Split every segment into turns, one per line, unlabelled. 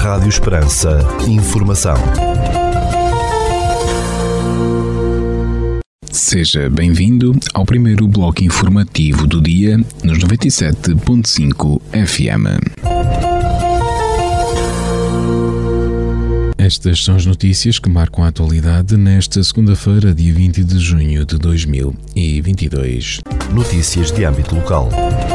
Rádio Esperança. Informação.
Seja bem-vindo ao primeiro bloco informativo do dia nos 97.5 FM. Estas são as notícias que marcam a atualidade nesta segunda-feira, dia 20 de junho de 2022.
Notícias de âmbito local.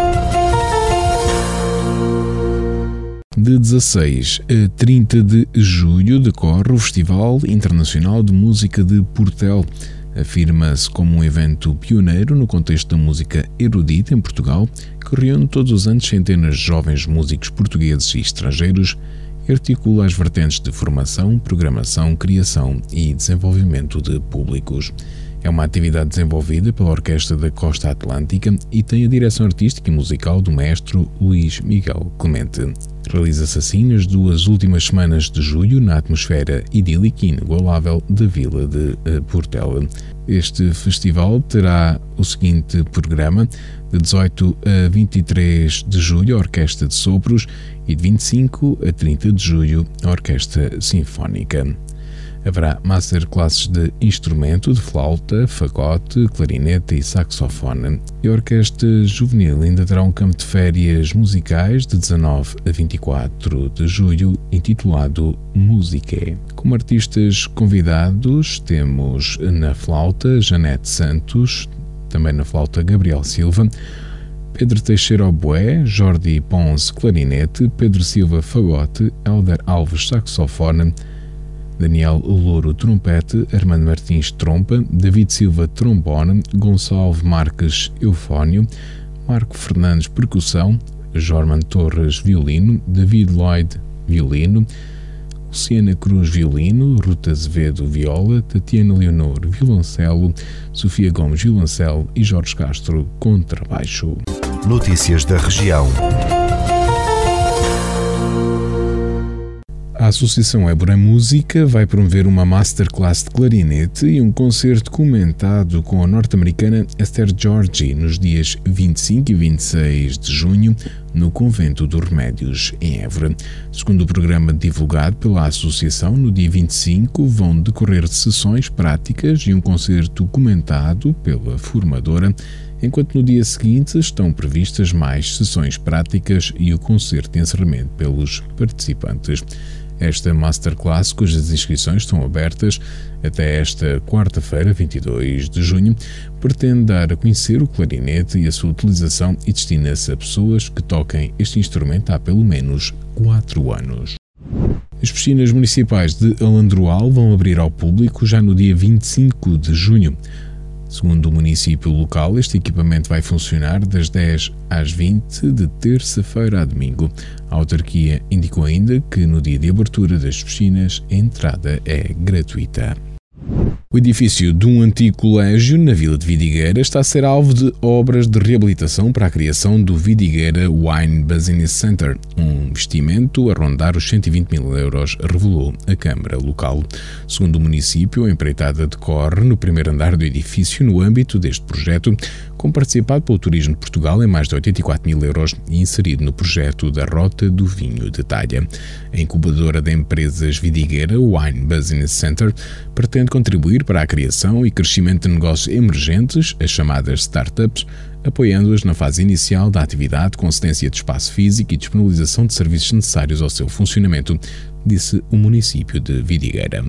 De 16 a 30 de julho decorre o Festival Internacional de Música de Portel. Afirma-se como um evento pioneiro no contexto da música erudita em Portugal, que reúne todos os anos centenas de jovens músicos portugueses e estrangeiros e articula as vertentes de formação, programação, criação e desenvolvimento de públicos. É uma atividade desenvolvida pela Orquestra da Costa Atlântica e tem a direção artística e musical do maestro Luís Miguel Clemente. Realiza-se assim nas duas últimas semanas de julho na atmosfera idílica e inigualável da vila de Portela. Este festival terá o seguinte programa: de 18 a 23 de julho a Orquestra de Sopros e de 25 a 30 de julho a Orquestra Sinfónica. Haverá masterclasses de instrumento, de flauta, fagote, clarinete e saxofone. E a Orquestra Juvenil ainda terá um campo de férias musicais de 19 a 24 de julho, intitulado Musique. Como artistas convidados temos na flauta Janete Santos, também na flauta Gabriel Silva, Pedro Teixeira oboé, Jordi Ponce clarinete, Pedro Silva fagote, Helder Alves saxofone, Daniel Louro trompete, Armando Martins trompa, David Silva trombone, Gonçalves Marques eufónio, Marco Fernandes percussão, Jorman Torres violino, David Lloyd violino, Luciana Cruz violino, Ruta Azevedo viola, Tatiana Leonor violoncelo, Sofia Gomes violoncelo e Jorge Castro contrabaixo.
Notícias da região.
A Associação Évora Música vai promover uma masterclass de clarinete e um concerto comentado com a norte-americana Esther Georgi nos dias 25 e 26 de junho no Convento dos Remédios, em Évora. Segundo o programa divulgado pela Associação, no dia 25 vão decorrer sessões práticas e um concerto comentado pela formadora, enquanto no dia seguinte estão previstas mais sessões práticas e o concerto de encerramento pelos participantes. Esta masterclass, cujas inscrições estão abertas até esta quarta-feira, 22 de junho, pretende dar a conhecer o clarinete e a sua utilização e destina-se a pessoas que toquem este instrumento há pelo menos 4 anos. As piscinas municipais de Alandroal vão abrir ao público já no dia 25 de junho. Segundo o município local, este equipamento vai funcionar das 10 às 20 de terça-feira a domingo. A autarquia indicou ainda que no dia de abertura das piscinas a entrada é gratuita. O edifício de um antigo colégio na vila de Vidigueira está a ser alvo de obras de reabilitação para a criação do Vidigueira Wine Business Center, um investimento a rondar os 120 mil euros, revelou a Câmara local. Segundo o município, a empreitada decorre no primeiro andar do edifício no âmbito deste projeto, com participado pelo Turismo de Portugal em mais de 84 mil euros e inserido no projeto da Rota do Vinho de Talha. A incubadora de empresas Vidigueira Wine Business Center pretende contribuir para a criação e crescimento de negócios emergentes, as chamadas startups, apoiando-as na fase inicial da atividade com cedência de espaço físico e disponibilização de serviços necessários ao seu funcionamento, disse o município de Vidigueira.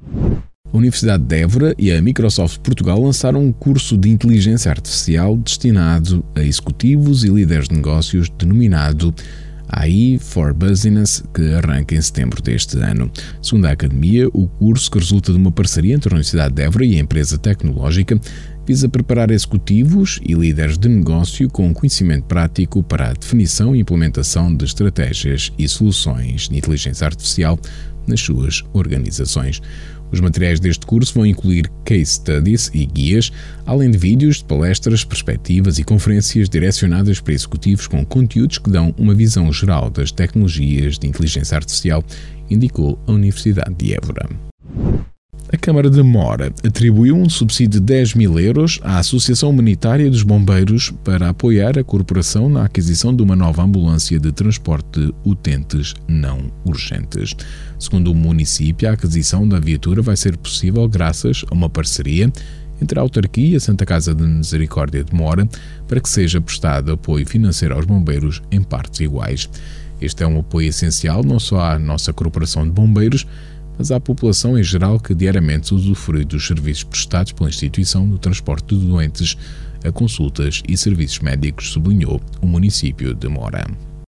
A Universidade de Évora e a Microsoft Portugal lançaram um curso de inteligência artificial destinado a executivos e líderes de negócios denominado AI for Business, que arranca em setembro deste ano. Segundo a Academia, o curso, que resulta de uma parceria entre a Universidade de Évora e a empresa tecnológica, visa preparar executivos e líderes de negócio com conhecimento prático para a definição e implementação de estratégias e soluções de inteligência artificial nas suas organizações. Os materiais deste curso vão incluir case studies e guias, além de vídeos de palestras, perspectivas e conferências direcionadas para executivos com conteúdos que dão uma visão geral das tecnologias de inteligência artificial, indicou a Universidade de Évora. A Câmara de Mora atribuiu um subsídio de 10 mil euros à Associação Humanitária dos Bombeiros para apoiar a corporação na aquisição de uma nova ambulância de transporte de utentes não urgentes. Segundo o município, a aquisição da viatura vai ser possível graças a uma parceria entre a autarquia e a Santa Casa de Misericórdia de Mora para que seja prestado apoio financeiro aos bombeiros em partes iguais. Este é um apoio essencial não só à nossa corporação de bombeiros, mas à população em geral que diariamente usufrui dos serviços prestados pela instituição no transporte de doentes a consultas e serviços médicos, sublinhou o município de Mora.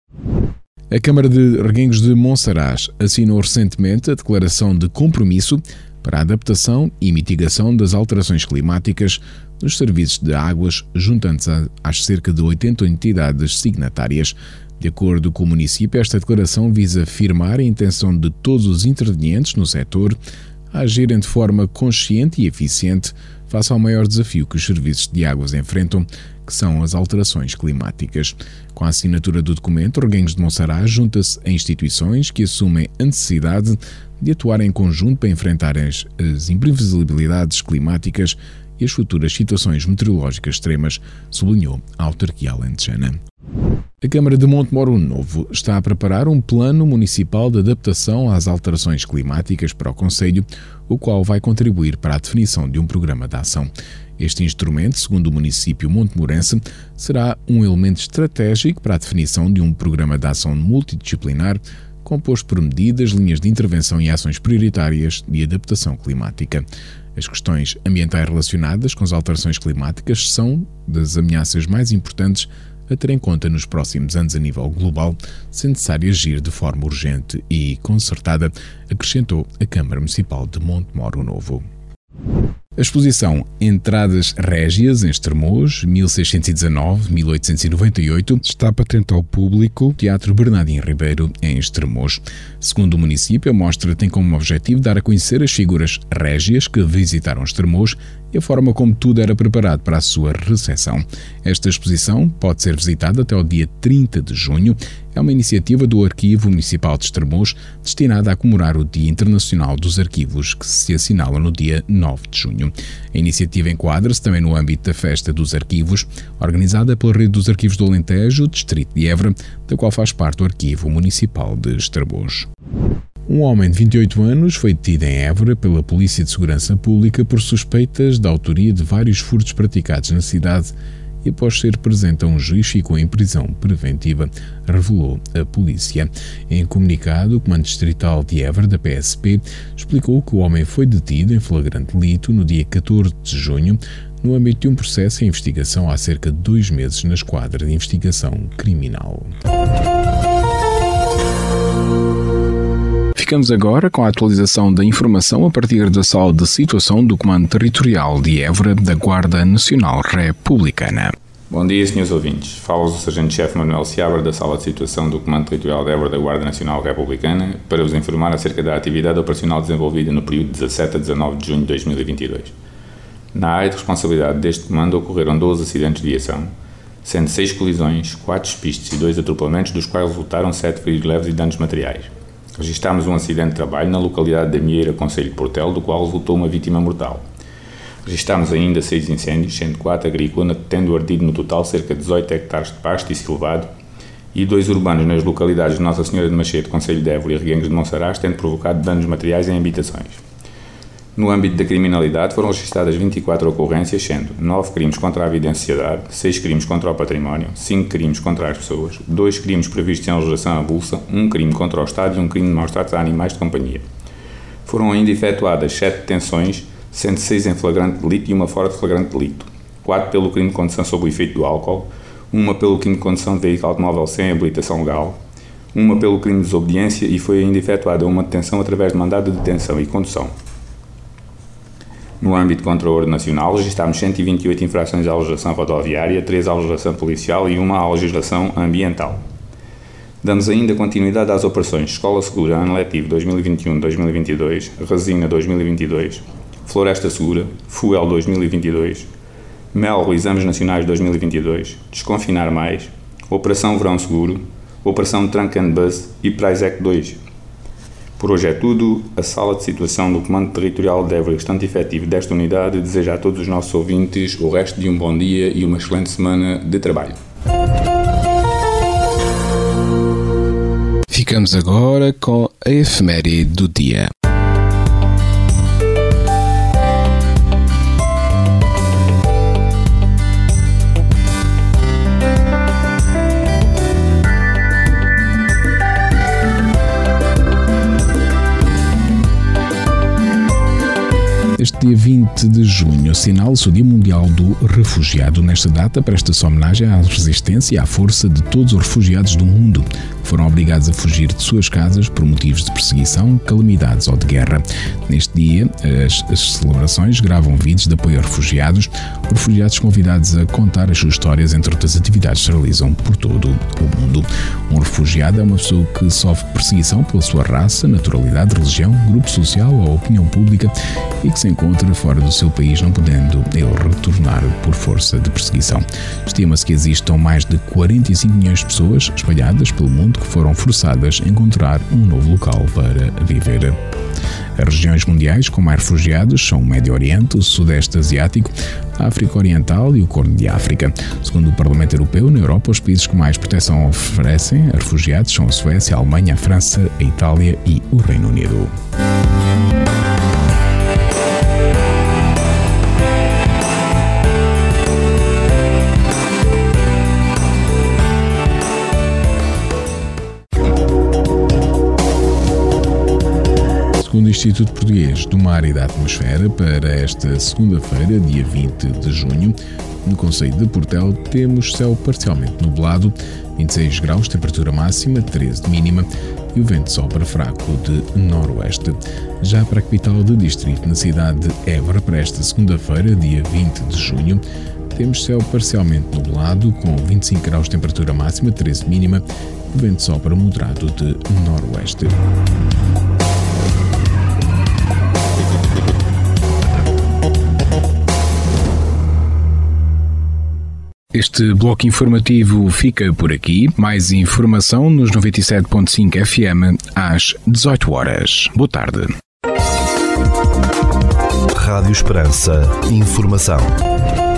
A Câmara de Reguengos de Monsaraz assinou recentemente a declaração de compromisso para a adaptação e mitigação das alterações climáticas nos serviços de águas, juntando-se às cerca de 80 entidades signatárias. De acordo com o município, esta declaração visa afirmar a intenção de todos os intervenientes no setor a agirem de forma consciente e eficiente face ao maior desafio que os serviços de águas enfrentam, que são as alterações climáticas. Com a assinatura do documento, Reguengos de Monsaraz junta-se a instituições que assumem a necessidade de atuar em conjunto para enfrentar as imprevisibilidades climáticas e as futuras situações meteorológicas extremas, sublinhou a autarquia alentejana. A Câmara de Montemoro Novo está a preparar um plano municipal de adaptação às alterações climáticas para o concelho, o qual vai contribuir para a definição de um programa de ação. Este instrumento, segundo o município montemorense, será um elemento estratégico para a definição de um programa de ação multidisciplinar composto por medidas, linhas de intervenção e ações prioritárias de adaptação climática. As questões ambientais relacionadas com as alterações climáticas são das ameaças mais importantes a ter em conta nos próximos anos a nível global, sendo necessário agir de forma urgente e concertada, acrescentou a Câmara Municipal de Montemoro Novo. A exposição Entradas Régias em Estremoz, 1619-1898, está patente ao público Teatro Bernardino Ribeiro, em Estremoz. Segundo o município, a mostra tem como objetivo dar a conhecer as figuras régias que visitaram Estremoz e a forma como tudo era preparado para a sua recepção. Esta exposição pode ser visitada até o dia 30 de junho. É uma iniciativa do Arquivo Municipal de Estremoz destinada a comemorar o Dia Internacional dos Arquivos, que se assinala no dia 9 de junho. A iniciativa enquadra-se também no âmbito da Festa dos Arquivos, organizada pela Rede dos Arquivos do Alentejo, Distrito de Évora, da qual faz parte o Arquivo Municipal de Estremoz. Um homem de 28 anos foi detido em Évora pela Polícia de Segurança Pública por suspeitas da autoria de vários furtos praticados na cidade e, após ser presente a um juiz, ficou em prisão preventiva, revelou a polícia. Em comunicado, o Comando Distrital de Évora, da PSP, explicou que o homem foi detido em flagrante delito no dia 14 de junho, no âmbito de um processo em investigação há cerca de 2 meses na Esquadra de Investigação Criminal. Ficamos agora com a atualização da informação a partir da sala de situação do Comando Territorial de Évora da Guarda Nacional Republicana.
Bom dia, senhores ouvintes. Fala-vos o Sargento-Chefe Manuel Seabra da sala de situação do Comando Territorial de Évora da Guarda Nacional Republicana para vos informar acerca da atividade operacional desenvolvida no período de 17 a 19 de junho de 2022. Na área de responsabilidade deste comando ocorreram 12 acidentes de viação, sendo 6 colisões, 4 despistes e 2 atropelamentos, dos quais resultaram 7 feridos leves e danos materiais. Registámos um acidente de trabalho na localidade da Mieira, concelho de Portel, do qual resultou uma vítima mortal. Registámos ainda 6 incêndios, sendo 4 agrícola, tendo ardido no total cerca de 18 hectares de pasto e silvado, e 2 urbanos nas localidades de Nossa Senhora de Machete, concelho de Évora e Reguengos de Monsaraz, tendo provocado danos materiais em habitações. No âmbito da criminalidade foram registradas 24 ocorrências, sendo 9 crimes contra a vida em sociedade, 6 crimes contra o património, 5 crimes contra as pessoas, 2 crimes previstos em legislação avulsa, 1 crime contra o Estado e 1 crime de maus-tratos a animais de companhia. Foram ainda efetuadas 7 detenções, sendo 6 em flagrante delito e 1 fora de flagrante delito, 4 pelo crime de condução sob o efeito do álcool, 1 pelo crime de condução de veículo automóvel sem habilitação legal, 1 pelo crime de desobediência e foi ainda efetuada uma detenção através de mandado de detenção e condução. No âmbito contra a ordem nacional, registámos 128 infrações à legislação rodoviária, 3 à legislação policial e 1 à legislação ambiental. Damos ainda continuidade às operações Escola Segura, Ano Letivo 2021-2022, Resina 2022, Floresta Segura, Fuel 2022, MEL Exames Nacionais 2022, Desconfinar Mais, Operação Verão Seguro, Operação Trunk and Bus e Prizec 2. Por hoje é tudo. A Sala de Situação do Comando Territorial de Évora e o restante efetivo desta unidade deseja a todos os nossos ouvintes o resto de um bom dia e uma excelente semana de trabalho.
Ficamos agora com a efeméride do dia.
Este dia 20 de junho assinala-se o Dia Mundial do Refugiado. Nesta data presta-se homenagem à resistência e à força de todos os refugiados do mundo que foram obrigados a fugir de suas casas por motivos de perseguição, calamidades ou de guerra. Neste dia, as celebrações gravam vídeos de apoio a refugiados, os refugiados convidados a contar as suas histórias, entre outras atividades que se realizam por todo o mundo. Um refugiado é uma pessoa que sofre perseguição pela sua raça, naturalidade, religião, grupo social ou opinião pública e que se encontra fora do seu país, não podendo ele retornar por força de perseguição. Estima-se que existam mais de 45 milhões de pessoas espalhadas pelo mundo que foram forçadas a encontrar um novo local para viver. As regiões mundiais com mais refugiados são o Médio Oriente, o Sudeste Asiático, a África Oriental e o Corno de África. Segundo o Parlamento Europeu, na Europa, os países que mais proteção oferecem a refugiados são a Suécia, a Alemanha, a França, a Itália e o Reino Unido. Segundo o Instituto Português do Mar e da Atmosfera, para esta segunda-feira, dia 20 de junho, no concelho de Portel, temos céu parcialmente nublado, 26 graus, temperatura máxima, 13 de mínima, e o vento sopra fraco de noroeste. Já para a capital do distrito, na cidade de Évora, para esta segunda-feira, dia 20 de junho, temos céu parcialmente nublado, com 25 graus, temperatura máxima, 13 de mínima, e o vento sopra moderado de noroeste. Este bloco informativo fica por aqui. Mais informação nos 97.5 FM às 18 horas. Boa tarde.
Rádio Esperança. Informação.